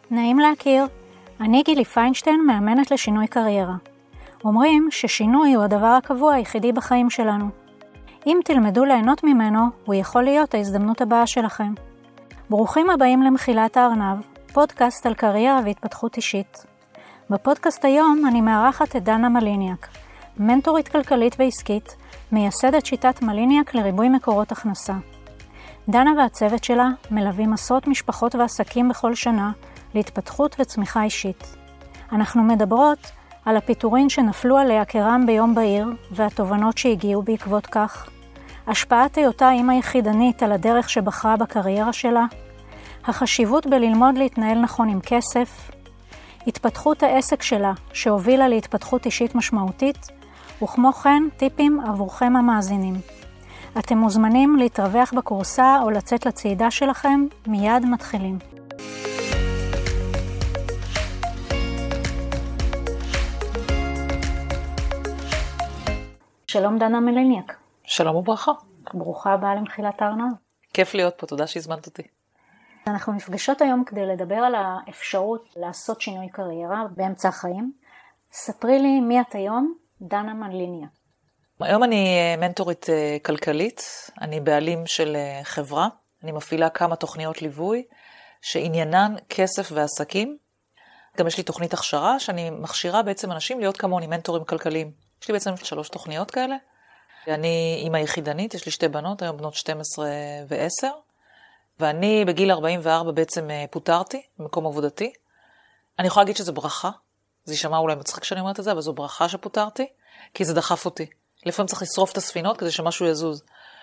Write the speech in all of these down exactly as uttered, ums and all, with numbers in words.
נעים להכיר, אני גילי פיינשטיין, מאמנת לשינוי קריירה. אומרים ששינוי הוא הדבר הקבוע היחידי בחיים שלנו. אם תלמדו ליהנות ממנו, הוא יכול להיות ההזדמנות הבאה שלכם. ברוכים הבאים למחילת הארנב, פודקאסט על קריירה והתפתחות אישית. בפודקאסט היום אני מארחת את דנה מליניאק, מנטורית כלכלית ועסקית, מייסדת שיטת מליניאק לריבוי מקורות הכנסה. דנה והצוות שלה מלווים עשרות משפחות ועסקים בכל שנה להתפתחות וצמיחה אישית. אנחנו מדברות על הפיטורין שנפלו עליה כרעם ביום בהיר והתובנות שהגיעו בעקבות כך, השפעת היותה אימא יחידנית על הדרך שבחרה בקריירה שלה, החשיבות בללמוד להתנהל נכון עם כסף, התפתחות העסק שלה שהובילה להתפתחות אישית משמעותית, וכמו כן טיפים עבורכם המאזינים. אתם מוזמנים להתרווח בקורסה או לצאת לצעידה שלכם, מיד מתחילים. שלום דנה מליניאק. שלום וברכה. ברוכה הבאה למחילת הארנב. כיף להיות פה, תודה שהזמנת אותי. אנחנו נפגשות היום כדי לדבר על האפשרות לעשות שינוי קריירה באמצע החיים. ספרי לי מי את היום, דנה מליניאק. היום אני מנטורית כלכלית, אני בעלים של חברה, אני מפעילה כמה תוכניות ליווי שעניינן כסף ועסקים. גם יש לי תוכנית הכשרה שאני מכשירה בעצם אנשים להיות כמוני מנטורים כלכליים. יש לי בעצם שלוש תוכניות כאלה. אני אימא יחידנית, יש לי שתי בנות, היום בנות שתים עשרה ועשר, ואני בגיל ארבעים וארבע בעצם פוטרתי במקום עבודתי. אני יכולה להגיד שזה ברכה, זה יישמע אולי מצחיק שאני אומרת את זה, אבל זו ברכה שפוטרתי, כי זה דחף אותי. לפעמים צריך לשרוף את הספינות כדי שמשהו יזוז.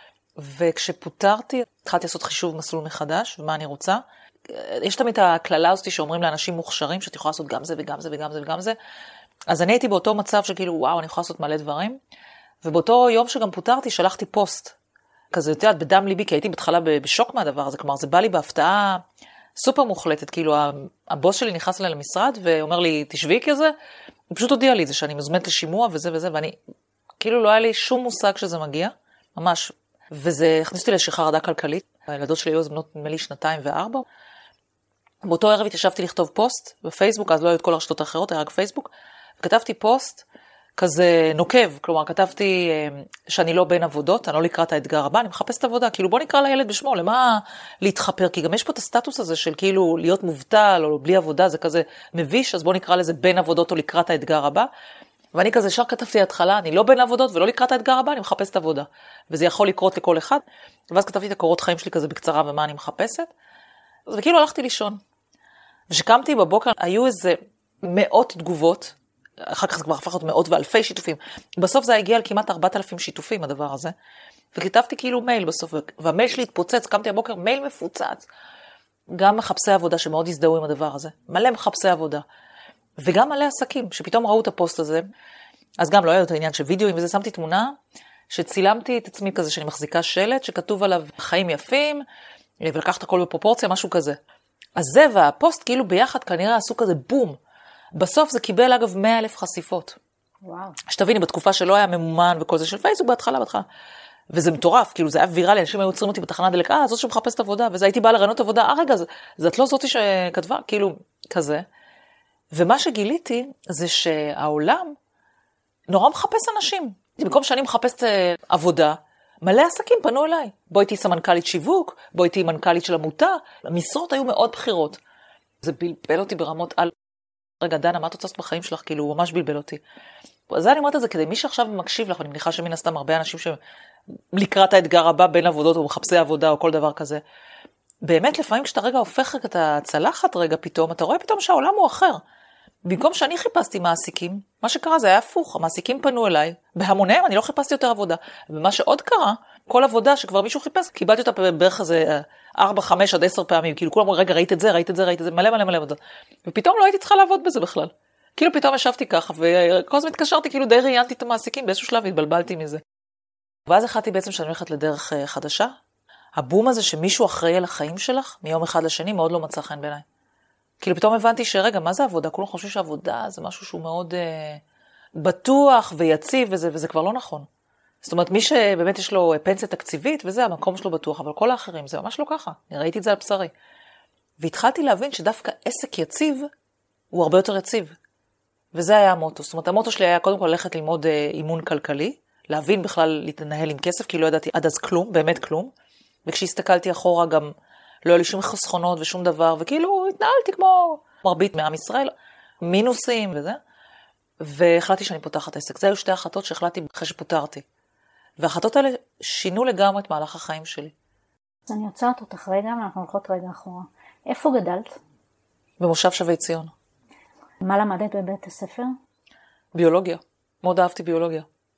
וכשפוטרתי, התחלתי לעשות חישוב מסלול מחדש, ומה אני רוצה. יש תמיד הכללה הזאת שאומרים לאנשים מוכשרים, שאת יכולה לעשות גם זה וגם זה וגם זה וגם זה. אז אני הייתי באותו מצב שכאילו, וואו, אני יכולה לעשות מלא דברים. ובאותו יום שגם פוטרתי, שלחתי פוסט. כזה, את יודעת, בדם ליבי, כי הייתי בתחילה בשוק מהדבר הזה. כלומר, זה בא לי בהפתעה סופר מוחלטת. כאילו, הבוס שלי נכנס אליי למשרד, ואומר לי, תשבי כזה. הוא פשוט הודיע לי זה שאני מזמנת לשימוע וזה וזה, ואני, כאילו לא היה לי שום מושג שזה מגיע, ממש. וזה הכניס אותי לשחרדה כלכלית. הילדות שלי היו זמנות נדמה לי שנתיים וארבע. באותו ערב התיישבתי לכתוב פוסט בפייסבוק, אז לא היו את כל הרשתות האחרות, היה רק פייסבוק. וכתבתי פוסט כזה נוקב, כלומר כתבתי שאני לא בין עבודות, אני לא לקראת האתגר הבא, אני מחפשת עבודה, כאילו בוא נקרא לילד בשמו, למה להתחפר? כי גם יש פה את הסטטוס הזה של כאילו להיות מובטל או בלי עבודה, זה כזה מביש, אז בוא נקרא לזה בין עבודות או לקראת האתגר הבא. ואני כזה שר כתבתי התחלה, אני לא בין עבודות ולא לקראת האתגר הבא, אני מחפשת עבודה. וזה יכול לקרות לכל אחד. ואז כתבתי את הקורות חיים שלי כזה בקצרה ומה אני מחפשת. וכאילו הלכתי לישון. ושקמתי בבוקר, היו איזה מאות תגובות, אחר כך זה כבר הפך להיות מאות ואלפי שיתופים. בסוף זה הגיע על כמעט ארבעת אלפים שיתופים, הדבר הזה. וכתבתי כאילו מייל בסוף, והמייל שלי התפוצץ, קמתי הבוקר, מייל מפוצץ. גם מחפשי עבודה שמאוד הזדהו עם הדבר הזה. מלא מחפשי עבודה. וגם מלא עסקים, שפתאום ראו את הפוסט הזה. אז גם לא היה את העניין של וידאוים, וזה שמתי תמונה, שצילמתי את עצמי כזה, שאני מחזיקה שלט, שכתוב עליו חיים יפים, ולקחת הכל בפרופורציה, משהו כזה. אז זה והפוסט כאילו ביחד כנראה עשו כזה בום. בסוף זה קיבל אגב מאה אלף חשיפות. וואו. שתביני, בתקופה שלא היה ממומן וכל זה של פייסבוק, בהתחלה, בהתחלה. וזה מטורף, כאילו זה היה ויראלי, אנשים היו עוצרים אותי בתחנת דלק, אה, זאת שמחפשת עבודה, וזה הייתי באה לרעיונות עבודה, אה, רגע, זה, זאת לא זאתי שכתבה, כאילו, כזה. ומה שגיליתי זה שהעולם נורא מחפש אנשים. במקום שאני מחפשת עבודה, מלא עסקים פנו אליי. בואי תהי סמנכ"לית שיווק, בואי תהי מנכ"לית של עמותה. המשרות היו מאוד בחירות. זה בלבל אותי ברמות על... רגע, דנה, מה את רוצה לעשות בחיים שלך? כאילו, הוא ממש בלבל אותי. אז אני אומרת את זה כדי, מי שעכשיו מקשיב לך, ואני מניחה שמן הסתם הרבה אנשים שלקראת האתגר הבא בין עבודות או מחפשי עבודה או כל דבר כזה. באמת, לפעמים כשאתה רגע הופך את הצלחת רגע פתאום, אתה רואה פתאום שהעולם הוא אחר. במקום שאני חיפשתי מעסיקים, מה שקרה זה היה הפוך, המעסיקים פנו אליי, בהמוניהם אני לא חיפשתי יותר עבודה. ומה שעוד קרה, כל עבודה שכבר מישהו חיפש, קיבלתי אותה בערך איזה ארבע, חמש עד עשר פעמים, כאילו כולם אומרים, רגע, ראית את זה, ראית את זה, ראית את זה, מלא מלא מלא עבודה. ופתאום לא הייתי צריכה לעבוד בזה בכלל. כאילו פתאום ישבתי ככה, וכל הזמן התקשרתי, כאילו די ראיינתי את המעסיקים, באיזשהו שלב התבלבלתי מזה. ואז החלטתי בעצם שאני הולכת לדרך חדשה. הבום הזה שמישהו אחראי על החיים שלך, מיום אחד לשני, מאוד לא מצא חן בעיניי. כאילו פתאום הבנתי שרגע, מה זה עבודה? כולם חושבים שעבודה זה משהו שהוא מאוד אה, בטוח ויציב, וזה, וזה כבר לא נכון. זאת אומרת, מי שבאמת יש לו פנסיה תקציבית, וזה המקום שלו בטוח, אבל כל האחרים זה ממש לא ככה. אני ראיתי את זה על בשרי. והתחלתי להבין שדווקא עסק יציב הוא הרבה יותר יציב. וזה היה המוטו. זאת אומרת, המוטו שלי היה קודם כל ללכת ללמוד אימון כלכלי, להבין בכלל להתנהל עם כסף, כי לא ידעתי עד אז כלום, באמת כלום. וכשהסתכלתי אחורה גם לא היה לי שום חסכונות ושום דבר, וכאילו התנהלתי כמו מרבית מעם ישראל, מינוסים וזה. והחלטתי שאני פותחת עסק. זה היו שתי החלטות שהחלטתי אחרי שפוטרתי. וההחלטות האלה שינו לגמרי את מהלך החיים שלי. אז אני עוצרת אותך רגע, ואנחנו הולכות רגע אחורה. איפה גדלת? במושב שבי ציון. מה למדת בבית הספר? ביולוגיה. מאוד אהבתי ביולוגיה.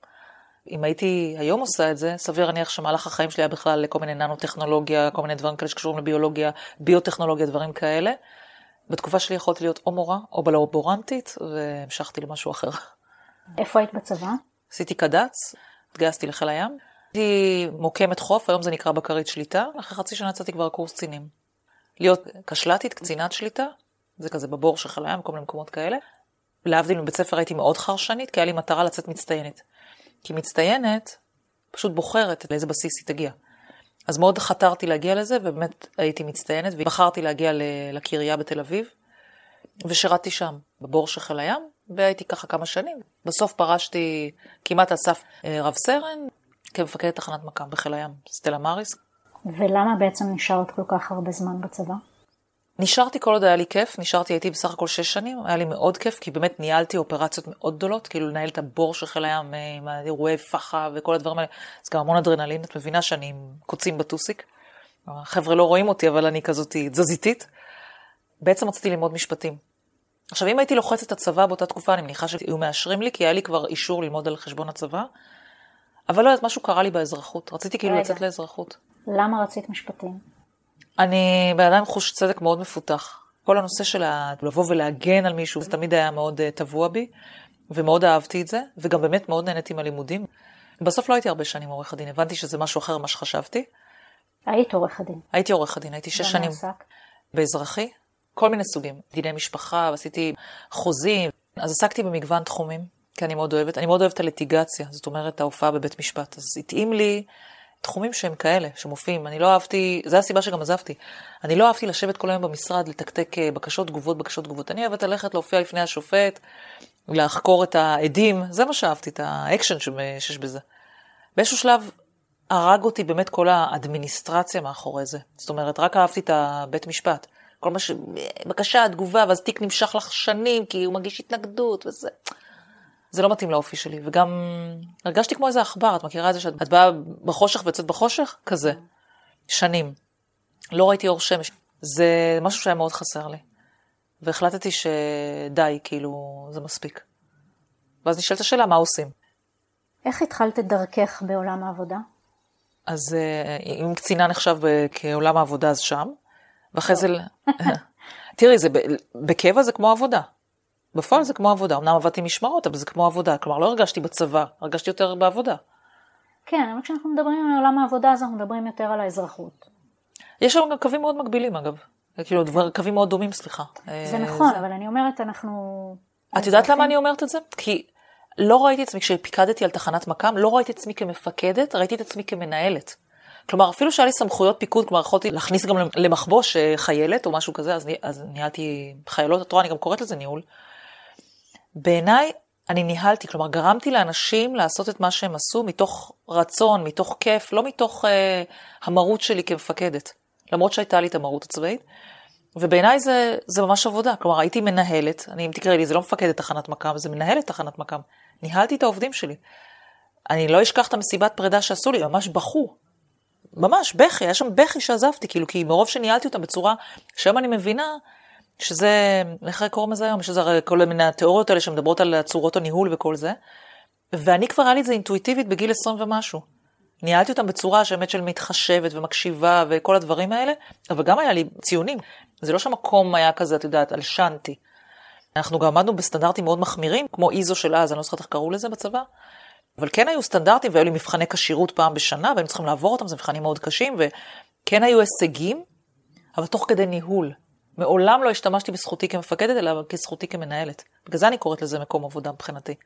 אם הייתי היום עושה את זה, סביר להניח שמהלך החיים שלי היה בכלל לכל מיני ננו-טכנולוגיה, כל מיני דברים כאלה שקשורים לביולוגיה, ביוטכנולוגיה, דברים כאלה. בתקופה שלי יכולתי להיות או מורה או בלבורנטית, והמשכתי למשהו אחר. איפה היית בצבא? עשיתי קד"צ, התגייסתי לחיל הים. הייתי מוקמת חוף, היום זה נקרא בקרית שליטה, אחרי חצי שנה יצאתי כבר קורס קצינים. להיות קשל"טית, קצינת שליטה, זה כזה בבור של חיל הים, כל מיני מקומות כאלה. להבדיל מבית ספר הייתי מאוד חרשנית, כי היה לי מטרה לצאת מצטיינת. כי מצטיינת פשוט בוחרת לאיזה בסיס היא תגיע. אז מאוד חתרתי להגיע לזה, ובאמת הייתי מצטיינת, ובחרתי להגיע לקריה בתל אביב, ושירתתי שם, בבור של חיל הים, והייתי ככה כמה שנים. בסוף פרשתי כמעט על סף רב סרן, כמפקדת תחנת מכ"ם בחיל הים, סטלה מאריס. ולמה בעצם נשארת כל כך הרבה זמן בצבא? נשארתי כל עוד היה לי כיף, נשארתי הייתי בסך הכל שש שנים, היה לי מאוד כיף, כי באמת ניהלתי אופרציות מאוד גדולות, כאילו לנהל את הבור של חיל הים עם אירועי פחה וכל הדברים האלה, אז גם המון אדרנלין, את מבינה שאני עם קוצים בטוסיק, החבר'ה לא רואים אותי, אבל אני כזאת תזזיתית. בעצם רציתי ללמוד משפטים. עכשיו, אם הייתי לוחצת את הצבא באותה תקופה, אני מניחה שהיו מאשרים לי, כי היה לי כבר אישור ללמוד על חשבון הצבא, אבל לא יודעת, משהו קרה לי באזרחות, רציתי כאילו לצאת לאזרחות. למה רצית משפטים? אני באדם חוש צדק מאוד מפותח. כל הנושא של לבוא ולהגן על מישהו, זה תמיד היה מאוד טבוע בי, ומאוד אהבתי את זה, וגם באמת מאוד נהניתי מהלימודים. בסוף לא הייתי הרבה שנים עורך הדין, הבנתי שזה משהו אחר ממה שחשבתי. היית עורך הדין? הייתי עורך הדין, הייתי שש שנים באזרחי, כל מיני סוגים, דיני משפחה, ועשיתי חוזים, אז עסקתי במגוון תחומים, כי אני מאוד אוהבת, אני מאוד אוהבת הליטיגציה, זאת אומרת ההופעה בבית משפט, אז התאים לי תחומים שהם כאלה, שמופיעים. אני לא אהבתי, זו הסיבה שגם עזבתי. אני לא אהבתי לשבת כל היום במשרד, לתקתק בקשות תגובות, בקשות תגובות. אני אוהבת ללכת להופיע לפני השופט, לחקור את העדים, זה מה שאהבתי, את האקשן שיש בזה. באיזשהו שלב הרג אותי באמת כל האדמיניסטרציה מאחורי זה. זאת אומרת, רק אהבתי את הבית משפט. כל מה ש... בקשה, תגובה, ואז תיק נמשך לך שנים, כי הוא מגיש התנגדות וזה. זה לא מתאים לאופי שלי, וגם הרגשתי כמו איזה אכבר, את מכירה את זה שאת באה בחושך ויוצאת בחושך? כזה. שנים. לא ראיתי אור שמש. זה משהו שהיה מאוד חסר לי. והחלטתי שדי, כאילו, זה מספיק. ואז נשאלת השאלה, מה עושים? איך התחלת את דרכך בעולם העבודה? אז אם קצינה נחשב כעולם העבודה, אז שם. ואחרי זה... תראי, זה, בקבע זה כמו עבודה. בפועל זה כמו עבודה, אמנם עבדתי משמרות, אבל זה כמו עבודה, כלומר לא הרגשתי בצבא, הרגשתי יותר בעבודה. כן, אבל כשאנחנו מדברים על עולם העבודה, אז אנחנו מדברים יותר על האזרחות. יש לנו גם קווים מאוד מקבילים אגב, כאילו דבר, קווים מאוד דומים, סליחה. זה נכון, זה... אבל אני אומרת, אנחנו... את יודעת למה אני אומרת את זה? כי לא ראיתי את עצמי, כשפיקדתי על תחנת מכ"ם, לא ראיתי את עצמי כמפקדת, ראיתי את עצמי כמנהלת. כלומר, אפילו שהיה לי סמכויות פיקוד, כלומר, יכולתי להכניס גם למחבוש חיילת או משהו כזה, אז, אז ניהלתי חיילות, את רואה, אני גם קוראת לזה ניהול. בעיניי אני ניהלתי, כלומר גרמתי לאנשים לעשות את מה שהם עשו מתוך רצון, מתוך כיף, לא מתוך אה, המרות שלי כמפקדת, למרות שהייתה לי את המרות הצבאית, ובעיניי זה, זה ממש עבודה, כלומר הייתי מנהלת, אני, אם תקראי לי, זה לא מפקדת תחנת מכ"ם, זה מנהלת תחנת מכ"ם, ניהלתי את העובדים שלי, אני לא אשכח את המסיבת פרידה שעשו לי, ממש בכו, ממש בכי, היה שם בכי שעזבתי, כאילו, כי מרוב שניהלתי אותם בצורה, שהיום אני מבינה, שזה, איך קוראים לזה היום? שזה הרי כל מיני התיאוריות האלה שמדברות על צורות הניהול וכל זה. ואני כבר היה לי את זה אינטואיטיבית בגיל עשרים ומשהו. ניהלתי אותם בצורה שבאמת של מתחשבת ומקשיבה וכל הדברים האלה, אבל גם היה לי ציונים. זה לא שהמקום היה כזה, את יודעת, אלשנתי. אנחנו גם עמדנו בסטנדרטים מאוד מחמירים, כמו איזו של אז, אני לא זוכרת איך קראו לזה בצבא. אבל כן היו סטנדרטים והיו לי מבחני קשירות פעם בשנה, והיינו צריכים לעבור אותם, זה מבחנים מאוד קשים, וכן היו הישגים, אבל תוך כדי ניהול. מעולם לא השתמשתי בזכותי כמפקדת, אלא כזכותי כמנהלת. בגלל זה אני קוראת לזה מקום עבודה מבחינתי.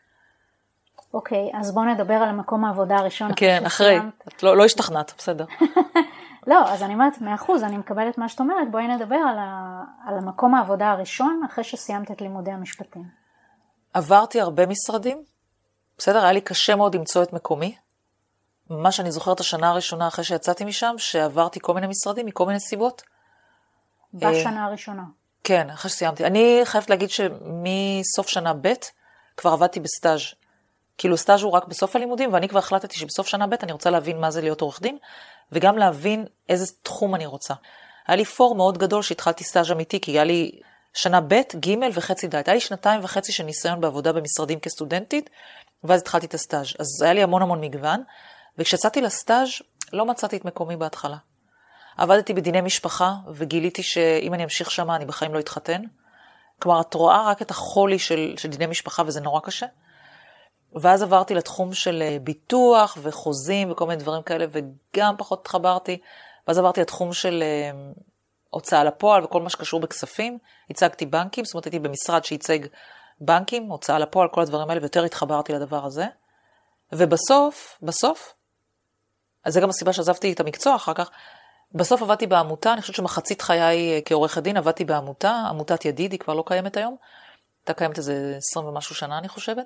אוקיי, אז בואו נדבר על מקום העבודה הראשון. כן, אחרי. את לא, לא השתכנעת, בסדר. לא, אז אני אומרת, מאה אחוז, אני מקבלת מה שאת אומרת, בואי נדבר על, ה, על המקום העבודה הראשון, אחרי שסיימת את לימודי המשפטים. עברתי הרבה משרדים, בסדר, היה לי קשה מאוד למצוא את מקומי. ממש אני זוכרת השנה הראשונה אחרי שיצאתי משם, שעברתי כל מיני משרדים מכל מיני סיבות. בשנה הראשונה. כן, אחרי שסיימתי. אני חייבת להגיד שמסוף שנה ב' כבר עבדתי בסטאז'. כאילו סטאז' הוא רק בסוף הלימודים, ואני כבר החלטתי שבסוף שנה ב' אני רוצה להבין מה זה להיות עורך דין, וגם להבין איזה תחום אני רוצה. היה לי פור מאוד גדול שהתחלתי סטאז' אמיתי, כי היה לי שנה ב', ג' וחצי ד'. היה לי שנתיים וחצי של ניסיון בעבודה במשרדים כסטודנטית, ואז התחלתי את הסטאז'. אז היה לי המון המון מגוון, וכשצאתי לסטאז' לא מצאתי את מקומי בהתחלה. עבדתי בדיני משפחה, וגיליתי שאם אני אמשיך שמה, אני בחיים לא אתחתן. כלומר, את רואה רק את החולי של, של דיני משפחה, וזה נורא קשה. ואז עברתי לתחום של ביטוח וחוזים וכל מיני דברים כאלה, וגם פחות התחברתי. ואז עברתי לתחום של הוצאה לפועל וכל מה שקשור בכספים. הצגתי בנקים, זאת אומרת, הייתי במשרד שייצג בנקים, הוצאה לפועל, כל הדברים האלה, ויותר התחברתי לדבר הזה. ובסוף, בסוף, אז זה גם הסיבה שעזבתי את המקצוע אחר כך, בסוף עבדתי בעמותה, אני חושבת שמחצית חיי כעורכת דין, עבדתי בעמותה, עמותת ידיד, היא כבר לא קיימת היום, הייתה קיימת איזה עשרים ומשהו שנה, אני חושבת,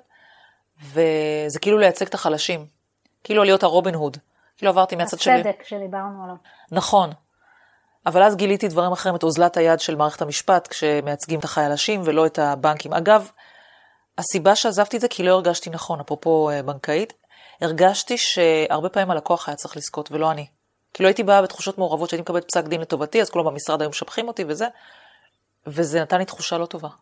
וזה כאילו לייצג את החלשים, כאילו להיות הרובין הוד, כאילו עברתי מהצד שלי. הצדק שדיברנו עליו. נכון, אבל אז גיליתי דברים אחרים, את אוזלת היד של מערכת המשפט, כשמייצגים את החלשים ולא את הבנקים. אגב, הסיבה שעזבתי את זה, כי לא הרגשתי נכון, אפרופו בנקאית, הרגשתי שהרבה פעמים הלקוח היה צריך לזכות, ולא אני. כי לא הייתי באה בתחושות מעורבות, שהייתי מקבלת פסק דין לטובתי, אז כולם במשרד היו משבחים אותי וזה, וזה נתן לי תחושה לא טובה.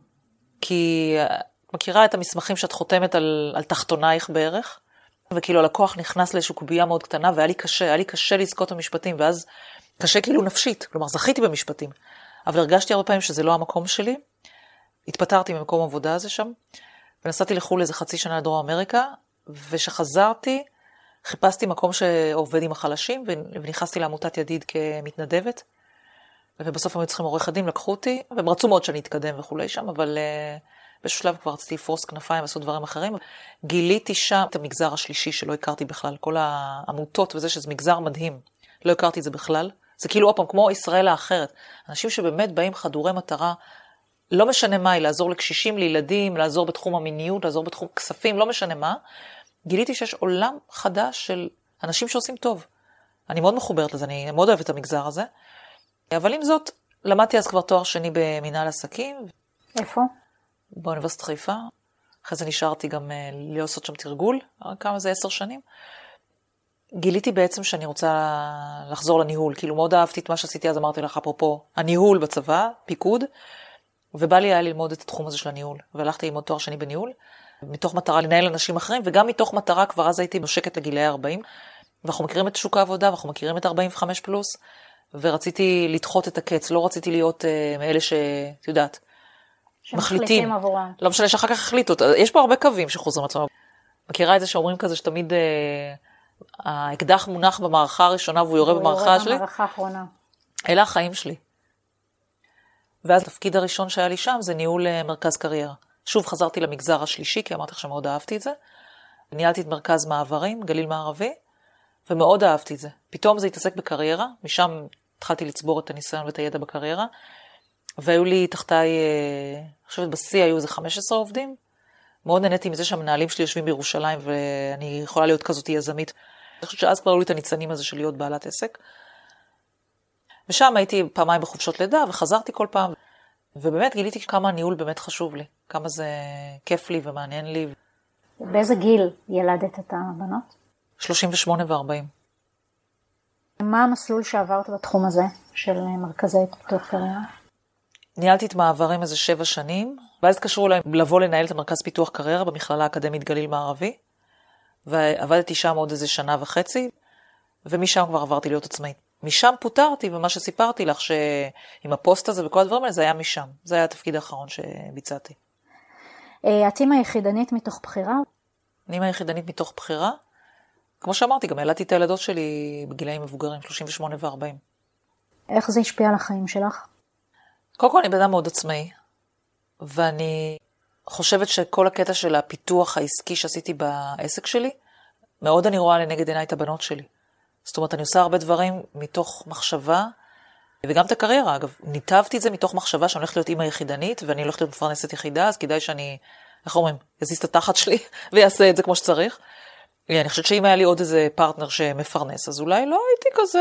כי מכירה את המסמכים שאת חותמת על, על תחתונייך בערך, וכאילו הלקוח נכנס לאיזושהי קובייה מאוד קטנה, והיה לי קשה, היה לי קשה לזכות במשפטים, ואז קשה כאילו נפשית, כלומר זכיתי במשפטים, אבל הרגשתי הרבה פעמים שזה לא המקום שלי, התפטרתי ממקום עבודה הזה שם, ונסעתי לחו"ל איזה חצי שנה לדרום אמריקה, ושחזרתי, חיפשתי מקום שעובד עם החלשים, ונכנסתי לעמותת ידיד כמתנדבת, ובסוף הם היו צריכים עורך הדין, לקחו אותי, והם רצו מאוד שאני אתקדם וכולי שם, אבל uh, באיזשהו שלב כבר רציתי לפרוס כנפיים, לעשות דברים אחרים. גיליתי שם את המגזר השלישי שלא הכרתי בכלל, כל העמותות וזה שזה מגזר מדהים, לא הכרתי את זה בכלל. זה כאילו אופן, כמו ישראל האחרת, אנשים שבאמת באים חדורי מטרה, לא משנה מה היא, לעזור לקשישים, לילדים, לעזור בתחום המיניות, לעזור בתחום כספים, לא משנה מה. גיליתי שיש עולם חדש של אנשים שעושים טוב. אני מאוד מחוברת לזה, אני מאוד אוהבת את המגזר הזה. אבל עם זאת, למדתי אז כבר תואר שני במנהל עסקים. איפה? באוניברסיטת חיפה. אחרי זה נשארתי גם לעשות שם תרגול, כמה זה עשר שנים. גיליתי בעצם שאני רוצה לחזור לניהול, כאילו מאוד אהבתי את מה שעשיתי, אז אמרתי לך אפרופו, הניהול בצבא, פיקוד, ובא לי היה ללמוד את התחום הזה של הניהול, והלכתי ללמוד תואר שני בניהול, מתוך מטרה לנהל אנשים אחרים, וגם מתוך מטרה כבר אז הייתי נושקת לגילאי ארבעים, ואנחנו מכירים את שוק העבודה, ואנחנו מכירים את ארבעים וחמש פלוס, ורציתי לדחות את הקץ, לא רציתי להיות uh, מאלה שאת יודעת, מחליטים עבורם. לא משנה שאחר כך החליטו, יש פה הרבה קווים שחוזרים עצמם. מכירה את זה שאומרים כזה שתמיד uh, האקדח מונח במערכה הראשונה, והוא יורה במערכה שלי? במערכה האחרונה. אלה החיים שלי. ואז התפקיד הראשון שהיה לי שם זה ניהול מרכז קריירה. שוב חזרתי למגזר השלישי, כי אמרתי לך שמאוד אהבתי את זה. ניהלתי את מרכז מעברים, גליל מערבי, ומאוד אהבתי את זה. פתאום זה התעסק בקריירה, משם התחלתי לצבור את הניסיון ואת הידע בקריירה, והיו לי תחתיי, אני חושבת בשיא היו איזה חמישה עשר עובדים, מאוד נהניתי מזה שהמנהלים שלי יושבים בירושלים, ואני יכולה להיות כזאת יזמית. אני חושבת שאז כבר היו לי את הניצנים הזה של להיות בעלת עסק. ושם הייתי פעמיים בחופשות לידה, וחזרתי כל פעם, ובאמת גיליתי כמה הניהול באמת חשוב לי, כמה זה כיף לי ומעניין לי. באיזה גיל ילדת את הבנות? שלושים ושמונה ו-ארבעים. מה המסלול שעברת בתחום הזה של מרכזי פיתוח קריירה? ניהלתי את מעברים איזה שבע שנים, ואז התקשרו להם לבוא לנהל את המרכז פיתוח קריירה במכללה האקדמית גליל מערבי, ועבדתי שם עוד איזה שנה וחצי, ומשם כבר עברתי להיות עצמאית. משם פוטרתי, ומה שסיפרתי לך שעם הפוסט הזה וכל הדברים האלה, זה היה משם. זה היה התפקיד האחרון שביצעתי. את אימא יחידנית מתוך בחירה? אני אימא יחידנית מתוך בחירה. כמו שאמרתי, גם העלתי את הילדות שלי בגילאים מבוגרים, שלושים ושמונה ו-ארבעים. איך זה השפיע על החיים שלך? קודם כל, אני בן אדם מאוד עצמאי, ואני חושבת שכל הקטע של הפיתוח העסקי שעשיתי בעסק שלי, מאוד אני רואה לנגד עיניי את הבנות שלי. זאת אומרת, אני עושה הרבה דברים מתוך מחשבה, וגם את הקריירה, אגב, ניתבתי את זה מתוך מחשבה שאני הולכת להיות אימא יחידנית, ואני הולכת להיות מפרנסת יחידה, אז כדאי שאני, איך אומרים, יזיז את התחת שלי, ויעשה את זה כמו שצריך. אני חושבת שאם היה לי עוד איזה פרטנר שמפרנס, אז אולי לא הייתי כזה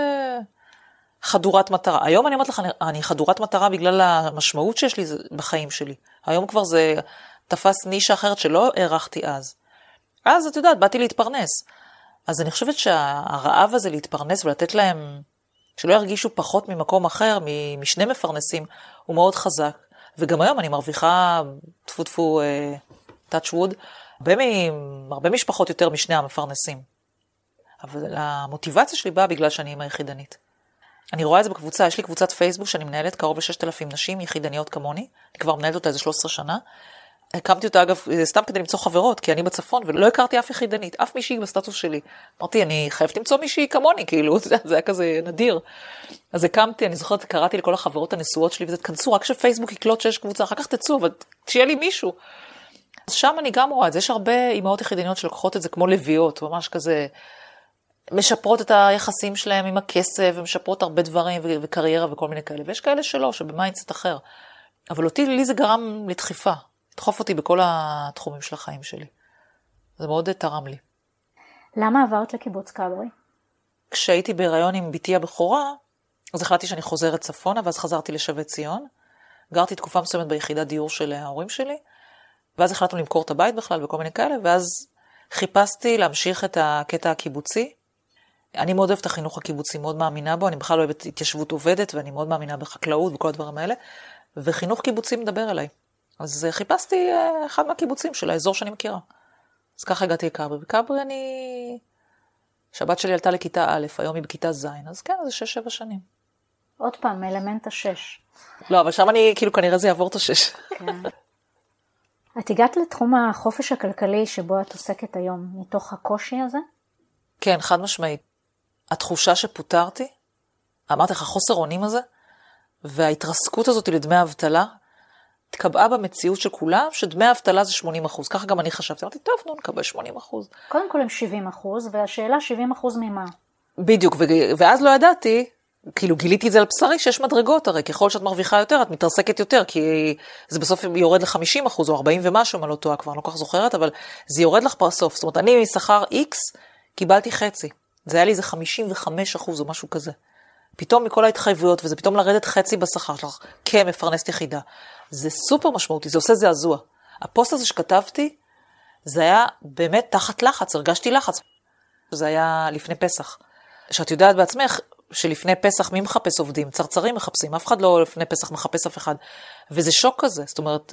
חדורת מטרה. היום אני אומרת לך, אני חדורת מטרה בגלל המשמעות שיש לי בחיים שלי. היום כבר זה תפס נישה אחרת שלא הערכתי אז. אז את יודעת, באתי להתפרנס. אז אני חושבת שהרעב הזה להתפרנס ולתת להם, שלא ירגישו פחות ממקום אחר, משני מפרנסים, הוא מאוד חזק. וגם היום אני מרוויחה, תפו תפו, touch wood, הרבה, הרבה משפחות יותר משני המפרנסים. אבל המוטיבציה שלי באה בגלל שאני אימא יחידנית. אני רואה את זה בקבוצה, יש לי קבוצת פייסבוק שאני מנהלת קרוב ל-ששת אלפים נשים יחידניות כמוני, אני כבר מנהלת אותה איזה שלוש עשרה שנה. הקמתי אותה אגב סתם כדי למצוא חברות, כי אני בצפון ולא הכרתי אף יחידנית, אף מישהי בסטטוס שלי. אמרתי, אני חייבת למצוא מישהי כמוני, כאילו, זה היה כזה נדיר. אז הקמתי, אני זוכרת, קראתי לכל החברות הנשואות שלי, וזה תכנסו, רק שפייסבוק יקלוט שיש קבוצה, אחר כך תצאו, אבל שיהיה לי מישהו. אז שם אני גם רואה את זה, יש הרבה אימהות יחידניות שלוקחות את זה כמו לביאות, ממש כזה, משפרות את היחסים שלהם עם הכסף, ומשפרות הרבה דברים וקריירה וכל מיני כאלה, ויש כאלה שלא, שבמיינדסט אחר. אבל אותי, לי זה גרם לדחיפה, לדחוף אותי בכל התחומים של החיים שלי. זה מאוד תרם לי. למה עברת לקיבוץ כברי? כשהייתי בהיריון עם ביתי הבכורה, אז החלטתי שאני חוזרת צפונה, ואז חזרתי לשבי ציון. גרתי תקופה מסוימת ביחידת דיור של ההורים שלי, ואז החלטנו למכור את הבית בכלל וכל מיני כאלה, ואז חיפשתי להמשיך את הקטע הקיבוצי. אני מאוד אוהבת את החינוך הקיבוצי, מאוד מאמינה בו, אני בכלל אוהבת התיישבות עובדת, ואני מאוד מאמינה בחקלאות וכל הדברים האלה, וחינוך קיבוצי מדבר אליי. אז חיפשתי אחד מהקיבוצים של האזור שאני מכירה. אז ככה הגעתי לקברי. בקברי אני... שהבת שלי עלתה לכיתה א', היום היא בכיתה ז', אז כן, זה שש, שבע שנים. עוד פעם, אלמנט השש. לא, אבל שם אני, כאילו, כנראה זה יעבור את השש. כן. את הגעת לתחום החופש הכלכלי שבו את עוסקת היום, מתוך הקושי הזה? כן, חד משמעית. התחושה שפוטרתי, אמרתי לך, חוסר אונים הזה, וההתרסקות הזאת לדמי האבטלה, התקבעה במציאות של כולם, שדמי האבטלה זה שמונים אחוז. ככה גם אני חשבתי, אמרתי, טוב, נו, נקבל שמונים אחוז. קודם כל הם שבעים אחוז, והשאלה שבעים אחוז ממה? בדיוק, ו- ואז לא ידעתי, כאילו גיליתי את זה על בשרי, שיש מדרגות, הרי ככל שאת מרוויחה יותר, את מתרסקת יותר, כי זה בסוף יורד ל-חמישים אחוז או ארבעים ומשהו, מה לא טועה כבר, אני לא כך זוכרת, אבל זה יורד לך בסוף. זאת אומרת, אני משכר X, קיבלתי חצי. זה היה לי איזה חמישים וחמישה אחוז או משהו כזה. פתאום מכל ההתחייבויות, וזה פתאום לרדת חצי בשכר שלך, כמפרנסת יחידה. זה סופר משמעותי, זה עושה זעזוע. הפוסט הזה שכתבתי, זה היה באמת תחת לחץ, הרגשתי לחץ. זה היה לפני פסח. שאת יודעת בעצמך, שלפני פסח מי מחפש עובדים? צרצרים מחפשים, אף אחד לא לפני פסח מחפש אף אחד. וזה שוק כזה, זאת אומרת,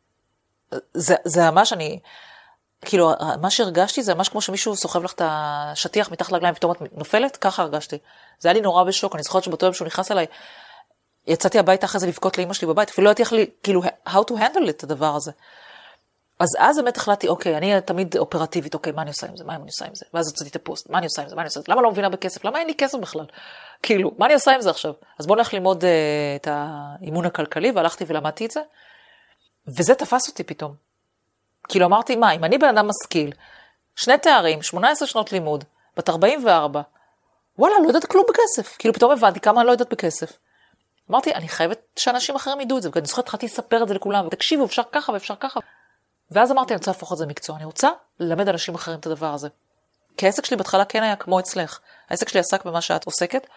זה, זה ממש אני, כאילו, מה שהרגשתי זה ממש כמו שמישהו סוחב לך את השטיח מתחת לגליים, פתאום את נופלת, ככה הרגשתי. זה היה לי נורא בשוק, אני זוכרת שבאותו יום שהוא נכנס אליי, יצאתי הביתה אחרי זה לבכות לאמא שלי בבית, אפילו לא הייתי לי, כאילו, how to handle את הדבר הזה. אז אז באמת החלטתי, אוקיי, אני תמיד אופרטיבית, אוקיי, מה אני עושה עם זה? מה אני עושה עם זה? ואז הוצאתי את הפוסט, מה אני עושה עם זה? מה אני עושה עם זה? למה לא מבינה בכסף? למה אין לי כסף בכלל? כאילו, מה אני עושה עם זה עכשיו? אז בואו נלך ללמוד uh, את האימון הכלכלי, והלכתי ולמדתי את זה, וזה תפס אותי פתאום. כאילו אמרתי, מה, אם אני בן אדם משכיל, שני תארים, שמונה עשרה שנות לימוד, בת ארבעים וארבע, וואלה, לא יודעת כלום בכסף. כאילו פתאום הבנתי כמה אני לא יודעת בכסף. אמרתי, אני חייבת שאנשים אחרים ידעו את זה, ואני זוכרת, התחלתי לספר את זה לכולם, ותקשיבו, אפשר ככה ואפשר ככה. ואז אמרתי, אני רוצה להפוך את זה מקצוע, אני רוצה ללמד אנשים אחרים את הדבר הזה. כי העסק שלי בהתחלה כן היה כמו אצלך. העסק שלי עסק במה שאת עוסקת,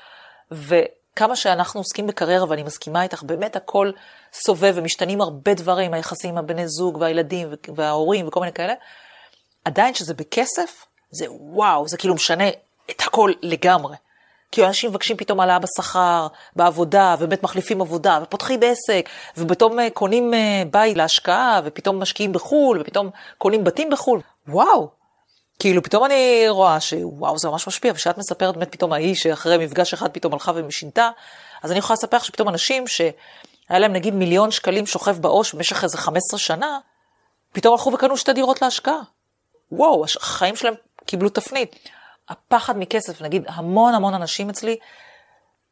וכמה שאנחנו עוסקים בקריירה, ואני מסכימה איתך, באמת הכל סובב ומשתנים הרבה דברים, היחסים עם הבני זוג והילדים וההורים וכל מיני כאלה. עדיין שזה בכסף, זה וואו, זה כאילו משנה את הכל לגמרי. כי אנשים מבקשים פתאום העלאה בשכר, בעבודה, ובאמת מחליפים עבודה, ופותחים עסק, ופתאום קונים בית להשקעה, ופתאום משקיעים בחול, ופתאום קונים בתים בחול. וואו! כאילו פתאום אני רואה שוואו, זה ממש משפיע, ושאת מספרת באמת פתאום ההיא שאחרי מפגש אחד פתאום הלכה ומשינתה, אז אני יכולה לספר שפתאום אנשים שהיה להם נגיד מיליון שקלים שוכב בעו"ש במשך איזה חמש עשרה שנה, פתאום הלכו וקנו שתי דירות להשקעה. וואו, החיים שלהם קיבלו תפנית. הפחד מכסף, נגיד המון המון אנשים אצלי,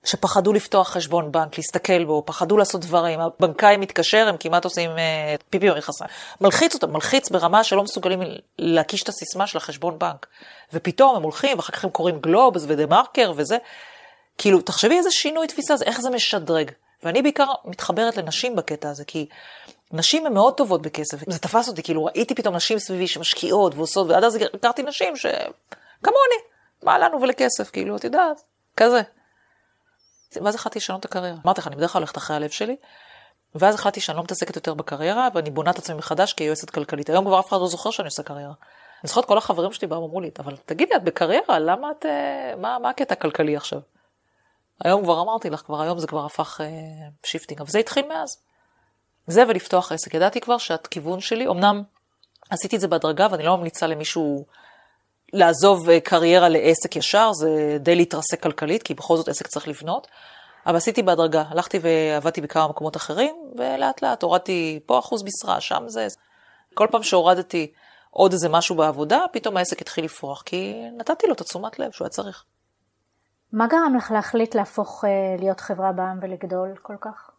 שפחדו לפתוח חשבון בנק, להסתכל בו, פחדו לעשות דברים, הבנקאי מתקשר, הם כמעט עושים uh, פיפי במכנסיים. מלחיץ אותם, מלחיץ ברמה שלא מסוגלים להקיש את הסיסמה של החשבון בנק. ופתאום הם הולכים, ואחר כך הם קוראים גלובס ודה-מרקר וזה. כאילו, תחשבי איזה שינוי תפיסה, איך זה משדרג. ואני בעיקר מתחברת לנשים בקטע הזה, כי נשים הן מאוד טובות בכסף. זה תפס אותי, כאילו ראיתי פתאום נשים סביבי שמשקיעות ועושות, ועד אז הכרתי נשים שכמוני, מה לנו ולכסף, כאילו, את יודעת, כזה. ואז החלטתי לשנות את הקריירה. אמרתי לך, אני בדרך כלל הולכת אחרי הלב שלי, ואז החלטתי שאני לא מתעסקת יותר בקריירה, ואני בונה את עצמי מחדש כיועצת כלכלית. היום כבר אף אחד לא זוכר שאני עושה קריירה. אני זוכרת כל החברים שלי באו אמרו לי, אבל תגידי, את בקריירה, למה את, מה, מה הקטע הכלכלי עכשיו? היום כבר אמרתי לך, כבר היום זה כבר הפך אה, שיפטינג, אבל זה התחיל מאז. זה ולפתוח עסק. ידעתי כבר שהכיוון שלי, אמנם עשיתי את זה בהדרגה, ואני לא ממליצה למישהו לעזוב קריירה לעסק ישר, זה די להתרסק כלכלית, כי בכל זאת עסק צריך לבנות, אבל עשיתי בהדרגה. הלכתי ועבדתי בכמה מקומות אחרים, ולאט לאט הורדתי פה אחוז משרה, שם זה. כל פעם שהורדתי עוד איזה משהו בעבודה, פתאום העסק התחיל לפרוח, כי נתתי לו את התשומת לב שהוא היה צריך. מה גרם לך להחליט להפוך להיות חברה בעם ולגדול כל כך?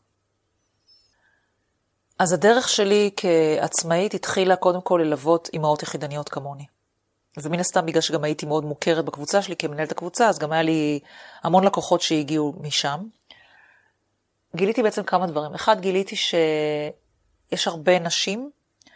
אז הדרך שלי כעצמאית התחילה קודם כל ללוות אימהות יחידניות כמוני. ומן הסתם בגלל שגם הייתי מאוד מוכרת בקבוצה שלי כמנהלת הקבוצה, אז גם היה לי המון לקוחות שהגיעו משם. גיליתי בעצם כמה דברים. אחד, גיליתי שיש הרבה נשים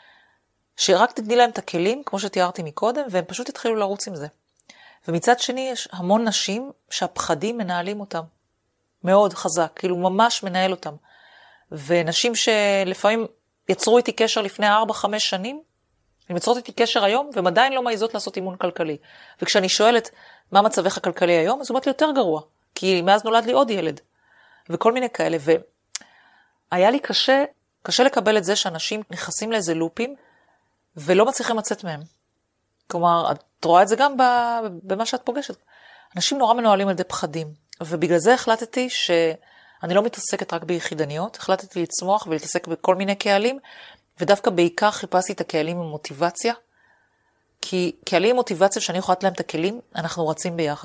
שרק תתני להם את הכלים, כמו שתיארתי מקודם, והם פשוט התחילו לרוץ עם זה. ומצד שני יש המון נשים שהפחדים מנהלים אותם. מאוד חזק, כאילו ממש מנהל אותם. ונשים שלפעמים יצרו איתי קשר לפני ארבע, חמש שנים, הן יוצרות איתי קשר היום, והן עדיין לא מעיזות לעשות אימון כלכלי. וכשאני שואלת מה מצבך הכלכלי היום, אז הוא אומרת לי יותר גרוע, כי מאז נולד לי עוד ילד. וכל מיני כאלה. והיה לי קשה, קשה לקבל את זה שאנשים נכנסים לאיזה לופים, ולא מצליחים לצאת מהם. כלומר, את רואה את זה גם במה שאת פוגשת. אנשים נורא מנוהלים על ידי פחדים. ובגלל זה החלטתי שאני לא מתעסקת רק ביחידניות, החלטתי לצמוח ולהתעסק בכל מיני קהלים, ודווקא בעיקר חיפשתי את הקהלים עם מוטיבציה, כי קהלים עם מוטיבציה שאני יכולה לתת להם את הכלים, אנחנו רצים ביחד.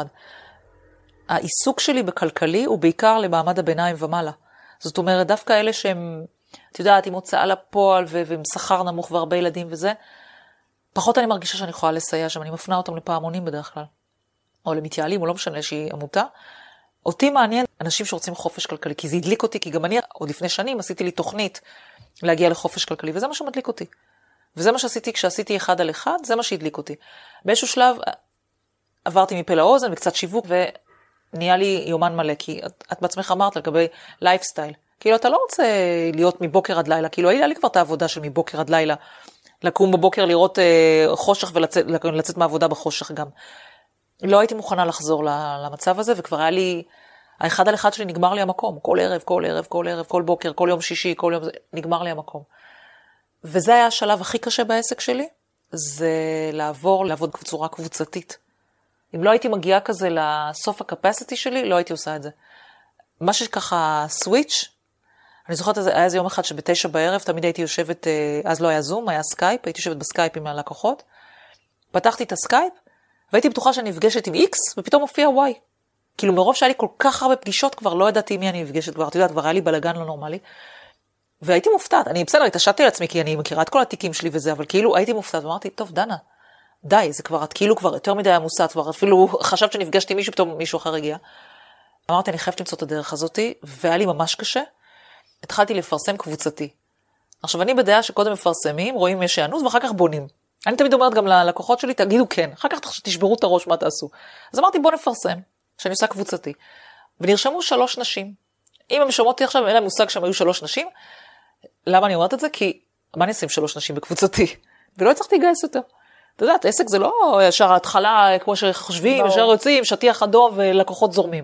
העיסוק שלי בכלכלי הוא בעיקר למעמד הביניים ומעלה. זאת אומרת, דווקא אלה שהם, את יודעת, עם הוצאה לפועל ועם שכר נמוך והרבה ילדים וזה, פחות אני מרגישה שאני יכולה לסייע שם, אני מפנה אותם לפעמונים בדרך כלל, או למתייעלים, או לא משנה שהיא עמותה. אותי מעניין אנשים שרוצים חופש כלכלי, כי זה הדליק אותי, כי גם אני עוד לפני שנים עשיתי לי תוכנית להגיע לחופש כלכלי, וזה מה שמדליק אותי. וזה מה שעשיתי כשעשיתי אחד על אחד, זה מה שהדליק אותי. באיזשהו שלב עברתי מפה לאוזן וקצת שיווק, ונהיה לי יומן מלא, כי את, את בעצמך אמרת לגבי לייפסטייל. כאילו אתה לא רוצה להיות מבוקר עד לילה, כאילו היה לי כבר את העבודה של מבוקר עד לילה, לקום בבוקר לראות אה, חושך ולצאת לצאת מהעבודה בחושך גם. לא הייתי מוכנה לחזור למצב הזה, וכבר היה לי, האחד על אחד שלי נגמר לי המקום, כל ערב, כל ערב, כל ערב, כל בוקר, כל יום שישי, כל יום, נגמר לי המקום. וזה היה השלב הכי קשה בעסק שלי, זה לעבור, לעבוד בצורה קבוצתית. אם לא הייתי מגיעה כזה לסוף הקפסיטי שלי, לא הייתי עושה את זה. מה שככה סוויץ', אני זוכרת, היה איזה יום אחד שבתשע בערב, תמיד הייתי יושבת, אז לא היה זום, היה סקייפ, הייתי יושבת בסקייפ עם הלקוחות, פתחתי את הסקייפ, והייתי בטוחה שאני נפגשת עם X, ופתאום הופיע Y. כאילו מרוב שהיה לי כל כך הרבה פגישות, כבר לא ידעתי מי אני נפגשת כבר, אתה יודעת, כבר היה לי בלגן לא נורמלי. והייתי מופתעת, אני בסדר, התעשתי על עצמי, כי אני מכירה את כל התיקים שלי וזה, אבל כאילו הייתי מופתעת, ואמרתי, טוב, דנה, די, זה כבר, את כאילו כבר יותר מדי עמוסה, כבר אפילו חשבת שנפגשתי מישהו, פתאום מישהו אחר הגיע. אמרתי, אני חייבת למצוא את הדרך הזאת, והיה לי ממש קשה. התחלתי לפרסם קבוצתי. עכשיו, אני בדעה שקודם מפרסמים, רואים יש הענות, ואחר כך בונים. אני תמיד אומרת גם ללקוחות שלי, תגידו כן, אחר כך תשברו את הראש מה תעשו. אז אמרתי, בוא נפרסם, שאני עושה קבוצתי. ונרשמו שלוש נשים. אם הם שומעות עכשיו, אין להם מושג שהם היו שלוש נשים. למה אני אומרת את זה? כי מה אני אשים שלוש נשים בקבוצתי? ולא הצלחתי לגייס יותר. אתה יודעת, עסק זה לא ישר ההתחלה, כמו שחושבים, ישר יוצאים, שטיח אדום ולקוחות זורמים.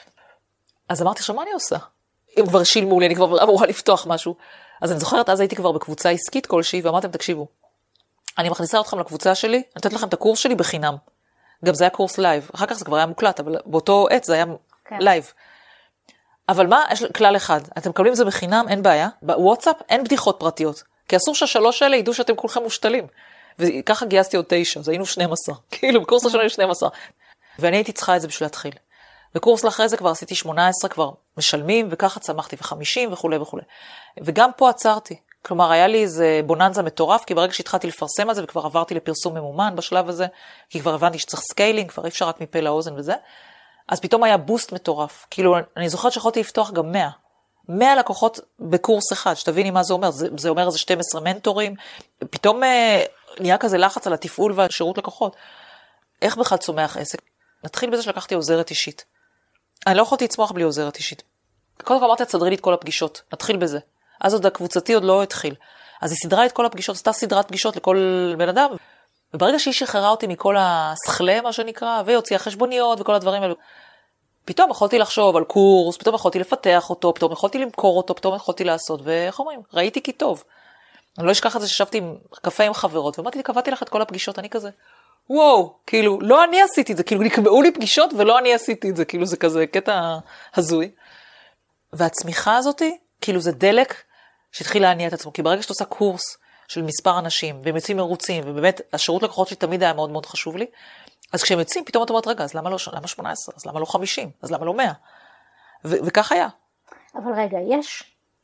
אז אמרתי, עכשיו מה אני עושה? אם כבר שילמו לי, אני כבר אמורה לפתוח משהו. אז אני זוכרת, אז הייתי כבר בקבוצה עסקית כלשהי, ואמרתם, תקשיבו, אני מכניסה אתכם לקבוצה שלי, אני נותנת לכם את הקורס שלי בחינם. גם זה היה קורס לייב. אחר כך זה כבר היה מוקלט, אבל באותו עת זה היה כן. לייב. אבל מה? יש כלל אחד. אתם מקבלים את זה בחינם, אין בעיה. בוואטסאפ אין בדיחות פרטיות. כי אסור שהשלוש האלה ידעו שאתם כולכם מושתלים. וככה גייסתי עוד תשע, אז היינו שנים עשר. כאילו, בקורס השנה היו שנים עשר. ואני הייתי צריכה את זה בשביל להתחיל. בקורס לאחרי זה כבר עשיתי שמונה עשרה, כבר משלמים, וככה צמחתי ו-חמישים וכו' וכו'. וגם פה עצרתי. כלומר, היה לי איזה בוננזה מטורף, כי ברגע שהתחלתי לפרסם על זה, וכבר עברתי לפרסום ממומן בשלב הזה, כי כבר הבנתי שצריך סקיילינג, כבר אי אפשר רק מפה לאוזן וזה, אז פתאום היה בוסט מטורף. כאילו, אני זוכרת שיכולתי לפתוח גם מאה. מאה לקוחות בקורס אחד, שתביני מה זה אומר. זה, זה אומר איזה שנים עשר מנטורים, פתאום אה, נהיה כזה לחץ על התפעול והשירות לקוחות. איך בכלל צומח עסק? נתחיל בזה שלקחתי עוזרת אישית. אני לא יכולתי לצמוח בלי עוזרת אישית. קודם כל אמרתי, תסדרי לי את כל הפגישות. נתחיל בזה. אז עוד הקבוצתי עוד לא התחיל. אז היא סדרה את כל הפגישות, עשתה סדרת פגישות לכל בן אדם. וברגע שהיא שחררה אותי מכל השכלה, מה שנקרא, והוציאה חשבוניות וכל הדברים האלה, פתאום יכולתי לחשוב על קורס, פתאום יכולתי לפתח אותו, פתאום יכולתי למכור אותו, פתאום יכולתי לעשות, ואיך אומרים? ראיתי כי טוב. אני לא אשכח את זה ששבתי עם קפה עם חברות, ואמרתי לי, קבעתי לך את כל הפגישות, אני כזה, וואו, כאילו, לא אני עשיתי את זה, כאילו, נקבעו לי פגישות ולא אני עשיתי את זה, כאילו, זה כזה קטע הזוי. והצמיחה הזאת, כאילו, זה דלק שהתחיל להניע את עצמו, כי ברגע שאתה עושה קורס של מספר אנשים, והם יוצאים מרוצים, ובאמת, השירות לקוחות שלי תמיד היה מאוד מאוד חשוב לי, אז כשהם יוצאים, פתאום אתה אומרת, רגע, אז למה לא, למה שמונה עשרה? אז למה לא חמישים? אז למה לא מאה? ו- וכך היה. אבל רגע, יש,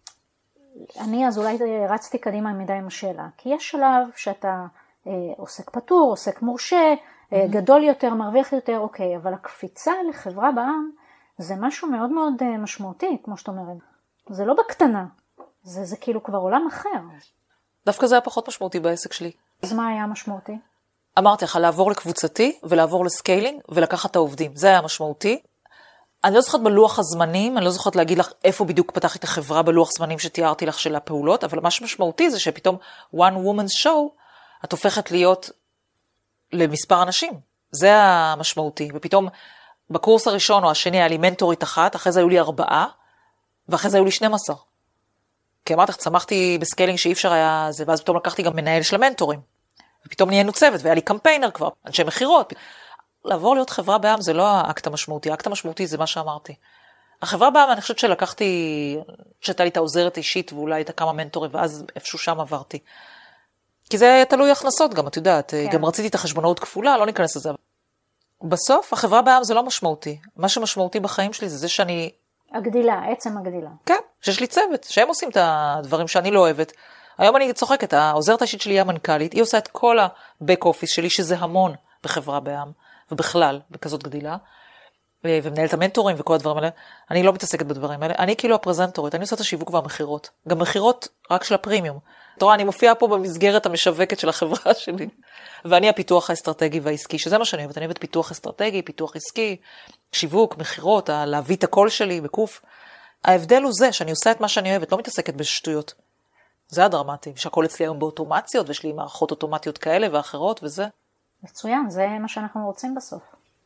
אני אז אולי רצתי קדימה מדי עם השאלה, כי יש שלב שאתה אה, עוסק פטור, עוסק מורשה, אה, mm-hmm. גדול יותר, מרוויח יותר, אוקיי, אבל הקפיצה לחברה בעם, זה משהו מאוד מאוד אה, משמעותי, כמו שאת אומרת. זה לא בקטנה, זה, זה כאילו כבר עולם אחר. דווקא זה היה פחות משמעותי בעסק שלי. אז מה היה משמעותי? אמרתי לך, לעבור לקבוצתי ולעבור לסקיילינג ולקחת את העובדים. זה היה משמעותי. אני לא זוכרת בלוח הזמנים, אני לא זוכרת להגיד לך איפה בדיוק פתחתי את החברה בלוח זמנים שתיארתי לך של הפעולות, אבל מה שמשמעותי זה שפתאום one woman show, את הופכת להיות למספר אנשים. זה המשמעותי. ופתאום בקורס הראשון או השני היה לי מנטורית אחת, אחרי זה היו לי ארבעה, ואחרי זה היו לי שנים עשר. כי אמרתי לך, צמחתי בסקיילינג שאי אפשר היה זה, ואז פתאום לקחתי גם מנהל של המנטורים. ופתאום נהיינו צוות, והיה לי קמפיינר כבר, אנשי מחירות. לעבור להיות חברה בעם זה לא האקט המשמעותי, האקט המשמעותי זה מה שאמרתי. החברה בעם, אני חושבת שלקחתי, שהייתה לי את העוזרת אישית, ואולי הייתה כמה מנטורים, ואז איפשהו שם עברתי. כי זה היה תלוי הכנסות גם, את יודעת, כן. גם רציתי את החשבונאות כפולה, לא ניכנס לזה. בסוף, החברה בעם זה לא משמעותי. מה שמשמעותי בחיים שלי זה זה שאני... הגדילה, עצם הגדילה. כן, שיש לי צוות, שהם עושים את הדברים שאני לא אוהבת. היום אני צוחקת, העוזרת האישית שלי היא המנכ"לית, היא עושה את כל הבק אופיס שלי, שזה המון בחברה בעם, ובכלל, בכזאת גדילה, ומנהלת המנטורים וכל הדברים האלה. אני לא מתעסקת בדברים האלה, אני כאילו הפרזנטורית, אני עושה את השיווק והמחירות, גם מחירות רק של הפרימיום. אתה רואה, אני מופיעה פה במסגרת המשווקת של החברה שלי, ואני הפיתוח האסטרטגי והעסקי, שזה מה שאני אוהבת, אני אוהבת פיתוח אסטרטגי, פיתוח עסקי, שיווק, מחירות, להביא את הקול שלי בקוף. ההבדל הוא זה, שאני עושה את מה שאני אוהבת, לא מתעסקת בשטויות. זה הדרמטי, שהכל אצלי היום באוטומציות, ויש לי מערכות אוטומטיות כאלה ואחרות, וזה. מצוין, זה מה שאנחנו רוצים בסוף.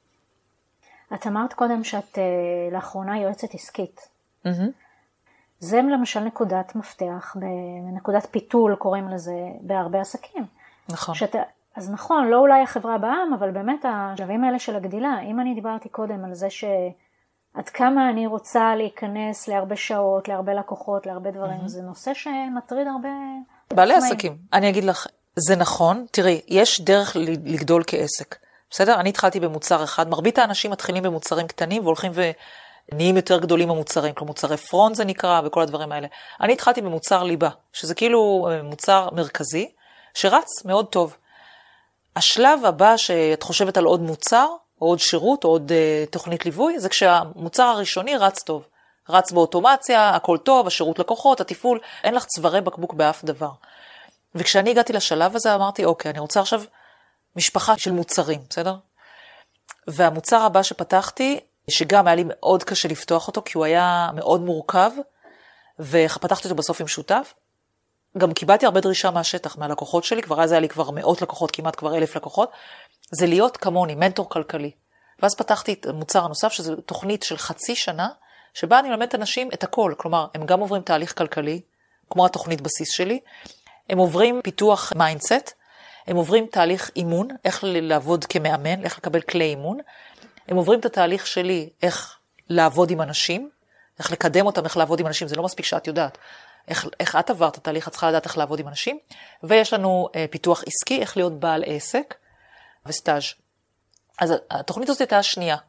את אמרת קודם שאת uh, לאחרונה יועצת עסקית. Mm-hmm. זה למשל נקודת מפתח, בנקודת פיתול קוראים לזה בהרבה עסקים. נכון. שאתה, אז נכון, לא אולי החברה בעם, אבל באמת השלבים האלה של הגדילה, אם אני דיברתי קודם על זה שעד כמה אני רוצה להיכנס להרבה שעות, להרבה לקוחות, להרבה דברים, mm-hmm. זה נושא שמטריד הרבה... בעלי עסקים, אני אגיד לך, זה נכון, תראי, יש דרך לגדול כעסק, בסדר? אני התחלתי במוצר אחד, מרבית האנשים מתחילים במוצרים קטנים והולכים ונהיים יותר גדולים המוצרים, כמו מוצרי פרונט זה נקרא וכל הדברים האלה. אני התחלתי במוצר ליבה, שזה כאילו מוצר מרכזי, שרץ מאוד טוב. השלב הבא שאת חושבת על עוד מוצר, או עוד שירות, או עוד uh, תוכנית ליווי, זה כשהמוצר הראשוני רץ טוב. רץ באוטומציה, הכל טוב, השירות לקוחות, התפעול, אין לך צווארי בקבוק באף דבר. וכשאני הגעתי לשלב הזה, אמרתי, אוקיי, אני רוצה עכשיו משפחה של מוצרים, בסדר? והמוצר הבא שפתחתי, שגם היה לי מאוד קשה לפתוח אותו, כי הוא היה מאוד מורכב, ופתחתי אותו בסוף עם שותף. גם קיבלתי הרבה דרישה מהשטח, מהלקוחות שלי, כבר אז היה לי כבר מאות לקוחות, כמעט כבר אלף לקוחות, זה להיות כמוני, מנטור כלכלי. ואז פתחתי את המוצר הנוסף, שזו תוכנית של חצי שנה, שבה אני מלמד אנשים את הכל, כלומר, הם גם עוברים תהליך כלכלי, כמו התוכנית בסיס שלי, הם עוברים פיתוח מיינדסט, הם עוברים תהליך אימון, איך לעבוד כמאמן, איך לקבל כלי אימון, הם עוברים את התהליך שלי, איך לעבוד עם אנשים, איך לקדם אותם, איך לעבוד עם אנשים, זה לא מספיק שאת יודעת. איך, איך את עברת את התהליך, את צריכה לדעת איך לעבוד עם אנשים, ויש לנו אה, פיתוח עסקי, איך להיות בעל עסק, וסטאז'. אז התוכנית הזאת הייתה השנייה.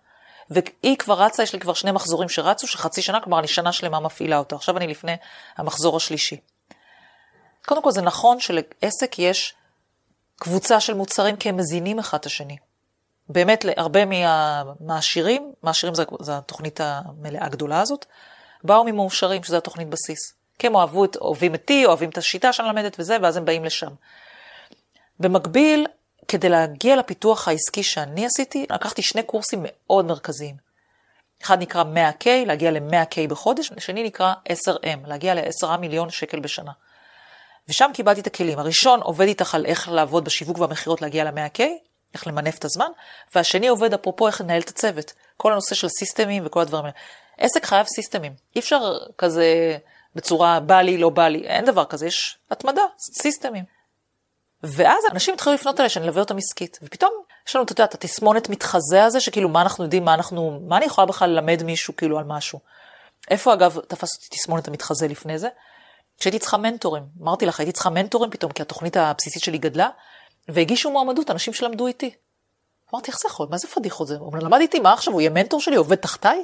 והיא כבר רצה, יש לי כבר שני מחזורים שרצו, שחצי שנה, כלומר אני שנה שלמה מפעילה אותה. עכשיו אני לפני המחזור השלישי. קודם כל זה נכון שלעסק יש קבוצה של מוצרים כי הם מזינים אחד את השני. באמת הרבה מהעשירים, מהעשירים זו, זו התוכנית המלאה הגדולה הזאת, באו ממאושרים, שזו התוכנית בסיס. כי הם אוהבו את, אוהבים אותי, אוהבים את השיטה שאני למדת וזה, ואז הם באים לשם. במקביל, כדי להגיע לפיתוח העסקי שאני עשיתי, לקחתי שני קורסים מאוד מרכזיים. אחד נקרא מאה קיי, להגיע ל-מאה קיי בחודש, השני נקרא עשר אם, להגיע ל-עשרה מיליון שקל בשנה. ושם קיבלתי את הכלים. הראשון עובד איתך על איך לעבוד בשיווק והמחירות להגיע ל-מאה קיי, איך למנף את הזמן, והשני עובד אפרופו איך לנהל את הצוות. כל הנושא של סיסטמים וכל הדברים האלה. עסק חייב סיסטמים. אי אפשר כזה בצורה בא לי, לא בא לי. אין דבר כזה, יש התמדה, סיסטמים. ואז אנשים התחילו לפנות אליי שאני אלווה אותם עסקית. ופתאום יש לנו את התסמונת מתחזה הזה, שכאילו מה אנחנו יודעים, מה אנחנו, מה אני יכולה בכלל ללמד מישהו כאילו על משהו. איפה אגב תפס אותי תסמונת המתחזה לפני זה? כשהייתי צריכה מנטורים. אמרתי לך, הייתי צריכה מנטורים פתאום, כי התוכנית הבסיסית שלי גדלה, והגישו מועמדות, אנשים שלמדו איתי. אמרתי, איך זה יכול? מה זה פדיחות זה? הוא למד איתי, מה עכשיו? הוא יהיה מנטור שלי, עובד תחתיי?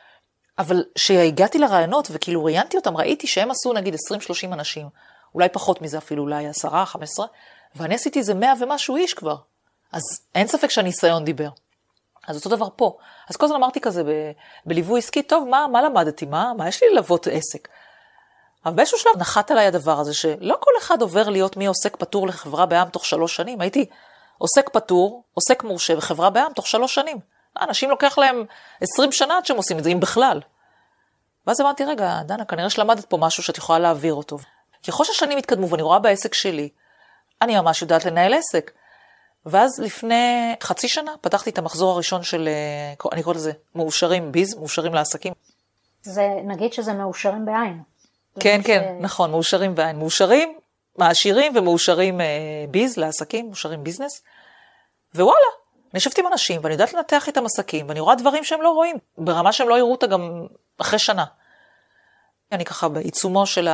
אבל כשהגעתי לרעיונות, וכאילו ראיינתי אותם, ראיתי שהם עשו נגיד עשרים שלושים אנשים, אולי פחות מזה אפילו, אולי עשרה, חמש עשרה, ואני עשיתי איזה מאה ומשהו איש כבר. אז אין ספק שהניסיון דיבר. אז אותו דבר פה. אז כל הזמן אמרתי כזה ב- בליווי עסקי, טוב, מה, מה למדתי? מה, מה יש לי ללוות עסק? אבל באיזשהו שלב נחת עליי הדבר הזה, שלא כל אחד עובר להיות מי עוסק פטור לחברה בעם תוך שלוש שנים. הייתי עוסק פטור, עוסק מורשה וחברה בעם תוך שלוש שנים. אנשים לוקח להם עשרים שנה עד שהם עושים את זה, אם בכלל. ואז אמרתי, רגע, דנה, כנראה שלמדת פה משהו שאת יכולה להעביר אותו. ככל שהשנים התקדמו ואני רואה בעסק שלי, אני ממש יודעת לנהל עסק. ואז לפני חצי שנה פתחתי את המחזור הראשון של, אני קורא לזה, מאושרים ביז, מאושרים לעסקים. זה, נגיד שזה מאושרים בעין. כן, כן, ש... נכון, מאושרים בעין. מאושרים, מעשירים ומאושרים אה, ביז לעסקים, מאושרים ביזנס. ווואלה, אני יושבת עם אנשים ואני יודעת לנתח איתם עסקים, ואני רואה דברים שהם לא רואים, ברמה שהם לא יראו אותה גם אחרי שנה. אני ככה בעיצומו של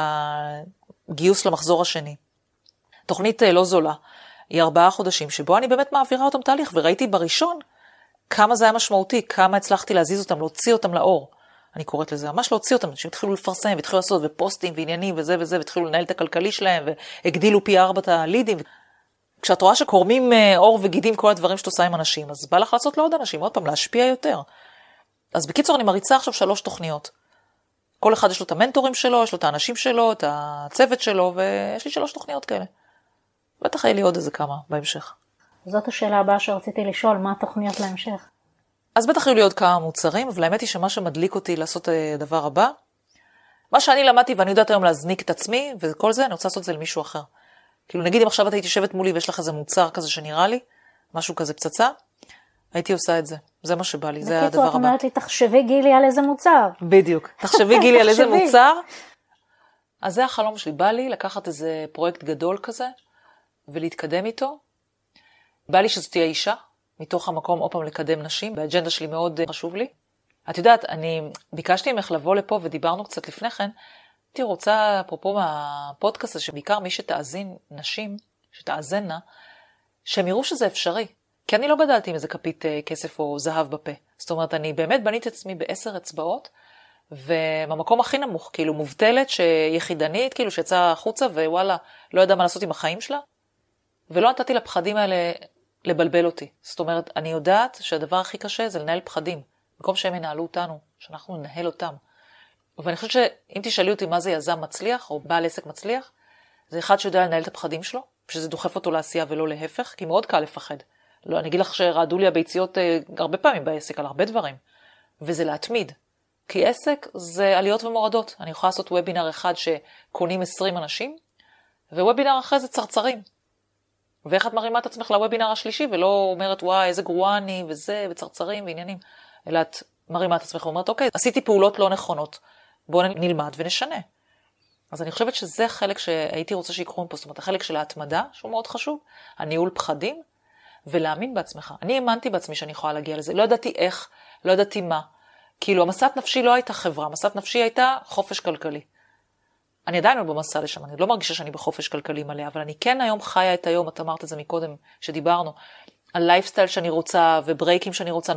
הגיוס למחזור השני. תוכנית לא זולה, היא ארבעה חודשים, שבו אני באמת מעבירה אותם תהליך, וראיתי בראשון כמה זה היה משמעותי, כמה הצלחתי להזיז אותם, להוציא אותם לאור. אני קוראת לזה, ממש להוציא אותם, שהם התחילו לפרסם, והתחילו לעשות, ופוסטים ועניינים וזה וזה, והתחילו לנהל את הכלכלי שלהם, והגדילו פי ארבע את הלידים. כשאת רואה שקורמים אור וגידים כל הדברים שאת עושה עם אנשים, אז בא לך לעשות לעוד אנשים, עוד פעם, להשפיע יותר. אז בקיצור, אני מריצה עכשיו שלוש תוכניות. כל אחד יש לו את המנטורים שלו, יש לו את האנשים שלו, את הצוות שלו, ויש לי שלוש תוכניות כאלה. בטח היה לי עוד איזה כמה בהמשך. זאת השאלה הבאה שרציתי לשאול, מה התוכניות להמשך? אז בטח היו לי עוד כמה מוצרים, אבל האמת היא שמה שמדליק אותי לעשות הדבר הבא, מה שאני למדתי ואני יודעת היום להזניק את עצמי, וכל זה, אני רוצה לעשות את זה למישהו אחר. כאילו נגיד אם עכשיו את היית יושבת מולי ויש לך איזה מוצר כזה שנראה לי, משהו כזה פצצה, הייתי עושה את זה. זה מה שבא לי, זה הדבר הבא. בקיצור, את אומרת לי, תחשבי גילי על איזה מוצר. בדיוק, תחשבי גילי על איזה מוצר. אז זה החלום שלי, בא לי לקחת איזה פרויקט גדול כזה, ולהתקדם איתו. בא לי שזאת תהיה אישה, מתוך המקום עוד פעם לקדם נשים, והאג'נדה שלי מאוד חשוב לי. את יודעת, אני ביקשתי ממך לבוא לפה ודיברנו קצת לפני כן, הייתי רוצה, אפרופו מהפודקאסט הזה, שבעיקר מי שתאזין נשים, שתאזנה, שהם יראו שזה אפשרי. כי אני לא גדלתי עם איזה כפית כסף או זהב בפה. זאת אומרת, אני באמת בניתי את עצמי בעשר אצבעות, ובמקום הכי נמוך, כאילו מובטלת, שיחידנית, כאילו שיצאה החוצה, ווואלה, לא יודע מה לעשות עם החיים שלה. ולא נתתי לפחדים האלה לבלבל אותי. זאת אומרת, אני יודעת שהדבר הכי קשה זה לנהל פחדים. במקום שהם ינהלו אותנו, שאנחנו ננהל אותם. ואני חושבת שאם תשאלי אותי מה זה יזם מצליח, או בעל עסק מצליח, זה אחד שיודע לנהל את הפחדים שלו, שזה דוחף אותו לעשייה ולא להפך, כי מאוד קל לפחד. לא, אני אגיד לך שרעדו לי הביציות אה, הרבה פעמים בעסק, על הרבה דברים. וזה להתמיד. כי עסק זה עליות ומורדות. אני יכולה לעשות וובינר אחד שקונים עשרים אנשים, ווובינר אחרי זה צרצרים. ואיך את מרימה את עצמך לוובינר השלישי, ולא אומרת, וואי, איזה גרוע אני, וזה, וצרצרים ועניינים. אלא את מרימה את עצמך ואומרת, אוקיי, עשיתי פעולות לא נכונות. בואו נלמד ונשנה. אז אני חושבת שזה חלק שהייתי רוצה שיקחו מפה, זאת אומרת, החלק של ההתמדה, שהוא מאוד חשוב, הניהול פחדים, ולהאמין בעצמך. אני האמנתי בעצמי שאני יכולה להגיע לזה. לא ידעתי איך, לא ידעתי מה. כאילו, המסעת נפשי לא הייתה חברה, המסעת נפשי הייתה חופש כלכלי. אני עדיין לא במסע לשם, אני לא מרגישה שאני בחופש כלכלי מלא, אבל אני כן היום חיה את היום, את אמרת את זה מקודם שדיברנו, על לייפסטייל שאני רוצה וברייקים שאני רוצה.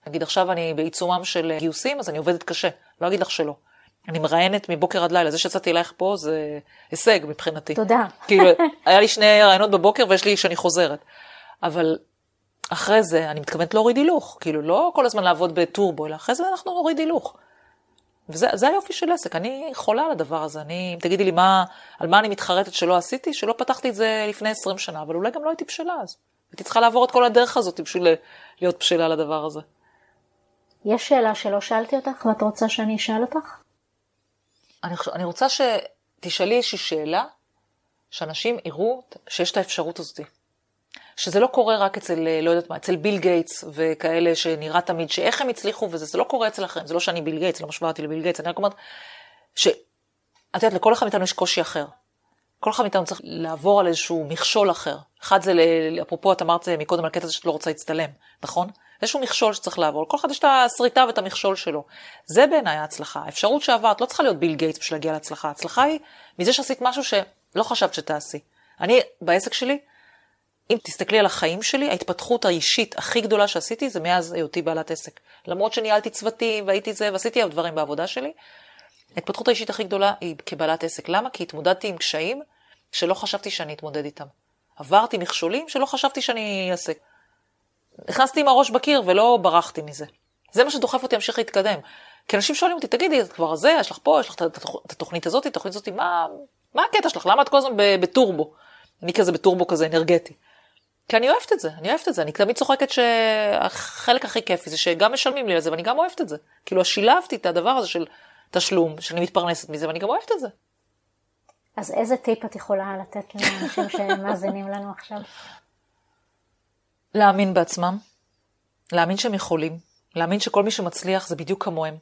נגיד עכשיו אני בעיצומם של גיוסים, אז אני עובדת קשה, לא אגיד לך שלא. אני מראיינת מבוקר עד לילה, זה שיצאתי אלייך פה זה הישג מבחינתי. תודה. כאילו, היה לי שני רעיונות בבוקר ויש לי שאני חוזרת. אבל אחרי זה אני מתכוונת להוריד הילוך, כאילו לא כל הזמן לעבוד בטורבו, אלא אחרי זה אנחנו נוריד הילוך. וזה זה היופי של עסק, אני חולה על הדבר הזה, אני, אם תגידי לי מה, על מה אני מתחרטת שלא עשיתי, שלא פתחתי את זה לפני עשרים שנה, אבל אולי גם לא הייתי בשלה אז. הייתי צריכה לעבור את כל הדרך הזאת בשביל להיות בשלה לדבר הזה. יש שאלה שלא שאלתי אותך, ואת רוצה שאני אשאל אותך? אני, אני רוצה שתשאלי איזושהי שאלה, שאנשים יראו שיש את האפשרות הזאת. שזה לא קורה רק אצל, לא יודעת מה, אצל ביל גייטס וכאלה שנראה תמיד, שאיך הם הצליחו וזה, זה לא קורה אצל אחרים, זה לא שאני ביל גייטס, לא משווה אותי לביל גייטס, אני רק אומרת, שאת יודעת, לכל אחד מאיתנו יש קושי אחר. כל אחד מאיתנו צריך לעבור על איזשהו מכשול אחר. אחד זה, אפרופו, את אמרת מקודם על קטע הזה שאת לא רוצה להצטלם, נכון? איזשהו מכשול שצריך לעבור. כל אחד יש את הסריטה ואת המכשול שלו. זה בעיניי ההצלחה. האפשרות שעברת לא צריכה להיות ביל גייטס בשביל להגיע להצלחה. ההצלחה היא מזה שעשית משהו שלא חשבת שתעשי. אני, בעסק שלי, אם תסתכלי על החיים שלי, ההתפתחות האישית הכי גדולה שעשיתי זה מאז היותי בעלת עסק. למרות שניהלתי צוותים והייתי זה ועשיתי דברים בעבודה שלי, ההתפתחות האישית הכי גדולה היא כבעלת עסק. למה? כי התמודדתי עם קשיים שלא חשבתי שאני אתמודד איתם. עברתי מכשולים שלא חשבתי שאני אעשה. נכנסתי עם הראש בקיר ולא ברחתי מזה. זה מה שדוחף אותי להמשיך להתקדם. כי אנשים שואלים אותי, תגידי, כבר הזה, יש לך פה, יש לך את התוכנית הזאת, את התוכנית הזאת, מה, מה הקטע שלך? למה את כל הזמן בטורבו? אני כזה בטורבו כזה אנרגטי. כי אני אוהבת את זה, אני אוהבת את זה. אני תמיד צוחקת שהחלק הכי כיפי זה שגם משלמים לי על זה, ואני גם אוהבת את זה. כאילו, שילבתי את הדבר הזה של תשלום, שאני מתפרנסת מזה, ואני גם אוהבת את זה. אז איזה טיפ את יכולה לתת לאנשים שמאזינים לנו עכשיו? להאמין בעצמם, להאמין שהם יכולים, להאמין שכל מי שמצליח זה בדיוק כמוהם.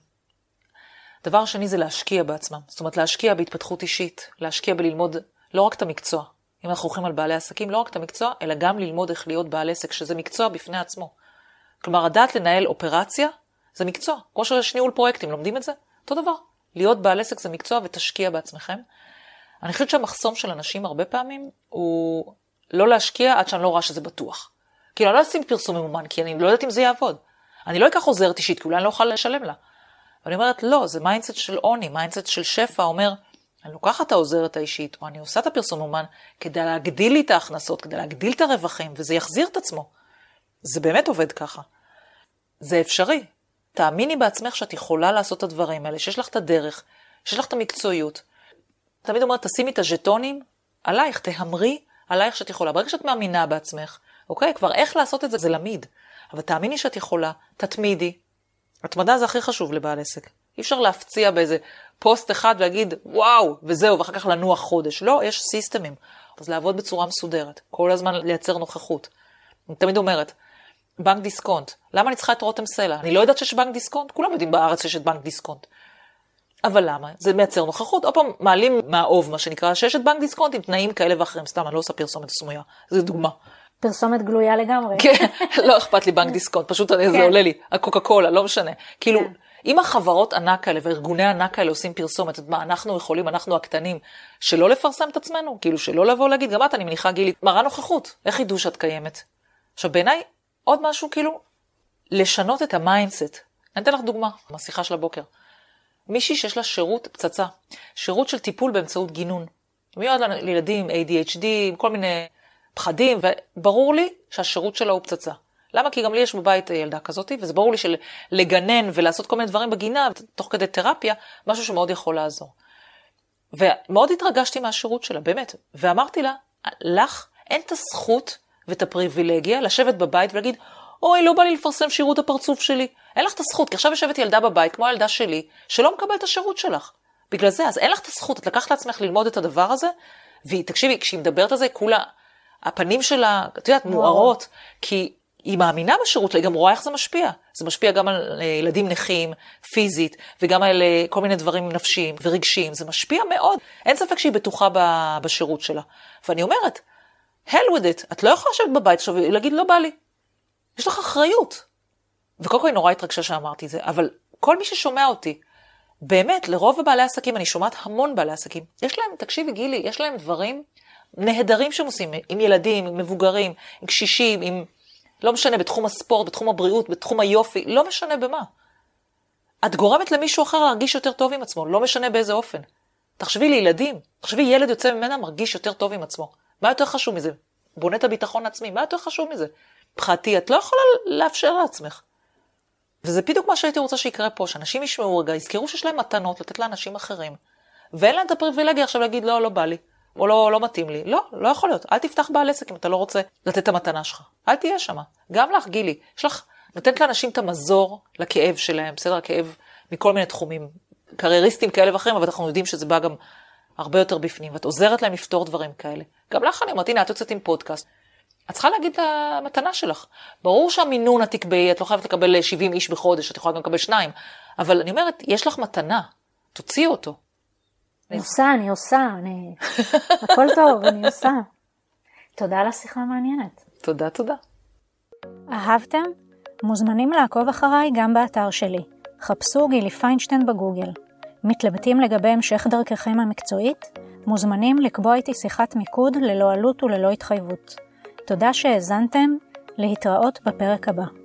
דבר שני זה להשקיע בעצמם, זאת אומרת להשקיע בהתפתחות אישית, להשקיע בללמוד לא רק את המקצוע. אם אנחנו הולכים על בעלי עסקים, לא רק את המקצוע, אלא גם ללמוד איך להיות בעל עסק, שזה מקצוע בפני עצמו. כלומר, הדעת לנהל אופרציה זה מקצוע. כמו שיש ניהול פרויקטים, לומדים את זה? אותו דבר. להיות בעל עסק זה מקצוע ותשקיע בעצמכם. אני חושבת שהמחסום של אנשים הרבה פעמים הוא לא להשקיע עד שאני לא רואה שזה בטוח. כאילו, אני לא אשים פרסום ממומן, כי אני לא יודעת אם זה יעבוד. אני לא אקח עוזרת אישית, כי אולי אני לא אוכל לשלם לה. ואני אומרת, לא, זה מיינדסט של עוני, מיינדסט של שפע, אומר, אני לוקחת את העוזרת האישית, או אני עושה את הפרסום ממומן, כדי להגדיל לי את ההכנסות, כדי להגדיל את הרווחים, וזה יחזיר את עצמו. זה באמת עובד ככה. זה אפשרי. תאמיני בעצמך שאת יכולה לעשות את הדברים האלה, שיש לך את הדרך, שיש לך את המקצועיות. תמיד אומרת, תשימי את הז'טונים עלייך, תהמרי עלייך שאת יכולה. ברגע שאת מאמינה בעצמך, אוקיי, כבר איך לעשות את זה, זה למיד. אבל תאמיני שאת יכולה, תתמידי. התמדה זה הכי חשוב לבעל עסק. אי אפשר להפציע באיזה פוסט אחד ולהגיד, וואו, וזהו, ואחר כך לנוח חודש. לא, יש סיסטמים. אז לעבוד בצורה מסודרת. כל הזמן לייצר נוכחות. אני תמיד אומרת, בנק דיסקונט. למה אני צריכה את רותם סלע? אני לא יודעת שיש בנק דיסקונט? כולם יודעים בארץ שיש את בנק דיסקונט. אבל למה? זה מייצר נוכחות. עוד פעם, מעלים מהאוב, מה שנקרא, שיש את בנק דיסקונט עם תנאים כאלה ואחרים. סתם, אני לא עושה פרסומת סמויה. זו דוגמה. פרסומת גלויה לגמרי. כן, לא אכפת לי בנק דיסקונט, פשוט זה עולה לי. הקוקה קולה, לא משנה. כאילו, אם החברות ענק האלה וארגוני ענק האלה עושים פרסומת, מה אנחנו יכולים, אנחנו הקטנים, שלא לפרסם את עצמנו? כאילו, שלא לבוא להגיד, גם את, אני מניחה, גילי, מראה נוכחות. איך ידעו שאת קיימת? עכשיו, בעיניי, עוד משהו, כאילו, לשנות את המיינדסט. אני אתן לך דוגמה, מהשיחה של הבוקר. מישהי שיש לה שירות פצצה, שירות של טיפול באמצעות גינון. מיועד לילדים, איי די אייץ' די, כל מיני פחדים, וברור לי שהשירות שלה הוא פצצה. למה? כי גם לי יש בבית ילדה כזאת, וזה ברור לי שלגנן ולעשות כל מיני דברים בגינה, תוך כדי תרפיה, משהו שמאוד יכול לעזור. ומאוד התרגשתי מהשירות שלה, באמת. ואמרתי לה, לך אין את הזכות ואת הפריבילגיה לשבת בבית ולהגיד, אוי, לא בא לי לפרסם שירות הפרצוף שלי. אין לך את הזכות, כי עכשיו יושבת ילדה בבית, כמו הילדה שלי, שלא מקבל את השירות שלך. בגלל זה, אז אין לך את הזכות, את לקחת לעצמך ללמוד את הדבר הזה, ותקשיבי, כשהיא מדברת על זה, כולה, הפנים שלה, את יודעת, מוארות, כי היא מאמינה בשירות, היא גם רואה איך זה משפיע. זה משפיע גם על ילדים נכים, פיזית, וגם על כל מיני דברים נפשיים ורגשיים. זה משפיע מאוד. אין ספק שהיא בטוחה בשירות שלה. ואני אומרת, hell with it, את לא יכולה לשבת בבית עכשיו ולהגיד, לא בא לי. יש לך אחריות. וקודם כל היא נורא התרגשה שאמרתי זה, אבל כל מי ששומע אותי, באמת, לרוב הבעלי עסקים, אני שומעת המון בעלי עסקים, יש להם, תקשיבי גילי, יש להם דברים נהדרים שהם עושים, עם ילדים, עם מבוגרים, עם קשישים, עם לא משנה בתחום הספורט, בתחום הבריאות, בתחום היופי, לא משנה במה. את גורמת למישהו אחר להרגיש יותר טוב עם עצמו, לא משנה באיזה אופן. תחשבי לילדים, תחשבי ילד יוצא ממנה מרגיש יותר טוב עם עצמו. מה יותר חשוב מזה? בונה את הביטחון העצמי, מה יותר חשוב מזה? מבחינתי, את לא יכולה לאפשר לעצמך. וזה בדיוק מה שהייתי רוצה שיקרה פה, שאנשים ישמעו רגע, יזכרו שיש להם מתנות לתת לאנשים אחרים, ואין להם את הפריבילגיה עכשיו להגיד, לא, לא בא לי, או לא, לא מתאים לי. לא, לא יכול להיות. אל תפתח בעל עסק אם אתה לא רוצה לתת את המתנה שלך. אל תהיה שמה. גם לך, גילי, יש לך, נותנת לאנשים את המזור לכאב שלהם, בסדר, הכאב מכל מיני תחומים, קרייריסטים כאלה ואחרים, אבל אנחנו יודעים שזה בא גם הרבה יותר בפנים, ואת עוזרת להם לפתור דברים כאלה. גם לך אני אומרת, הנה, את יוצאת עם פודקאסט. את צריכה להגיד את המתנה שלך. ברור שהמינון התקבעי, את לא חייבת לקבל שבעים איש בחודש, את יכולה גם לקבל שניים, אבל אני אומרת, יש לך מתנה, תוציאי אותו. אני עושה, אני עושה, אני... הכל טוב, אני עושה. תודה על השיחה המעניינת. תודה, תודה. אהבתם? מוזמנים לעקוב אחריי גם באתר שלי. חפשו גילי פיינשטיין בגוגל. מתלבטים לגבי המשך דרככם המקצועית? מוזמנים לקבוע איתי שיחת מיקוד ללא עלות וללא התחייבות. תודה שהאזנתם, להתראות בפרק הבא.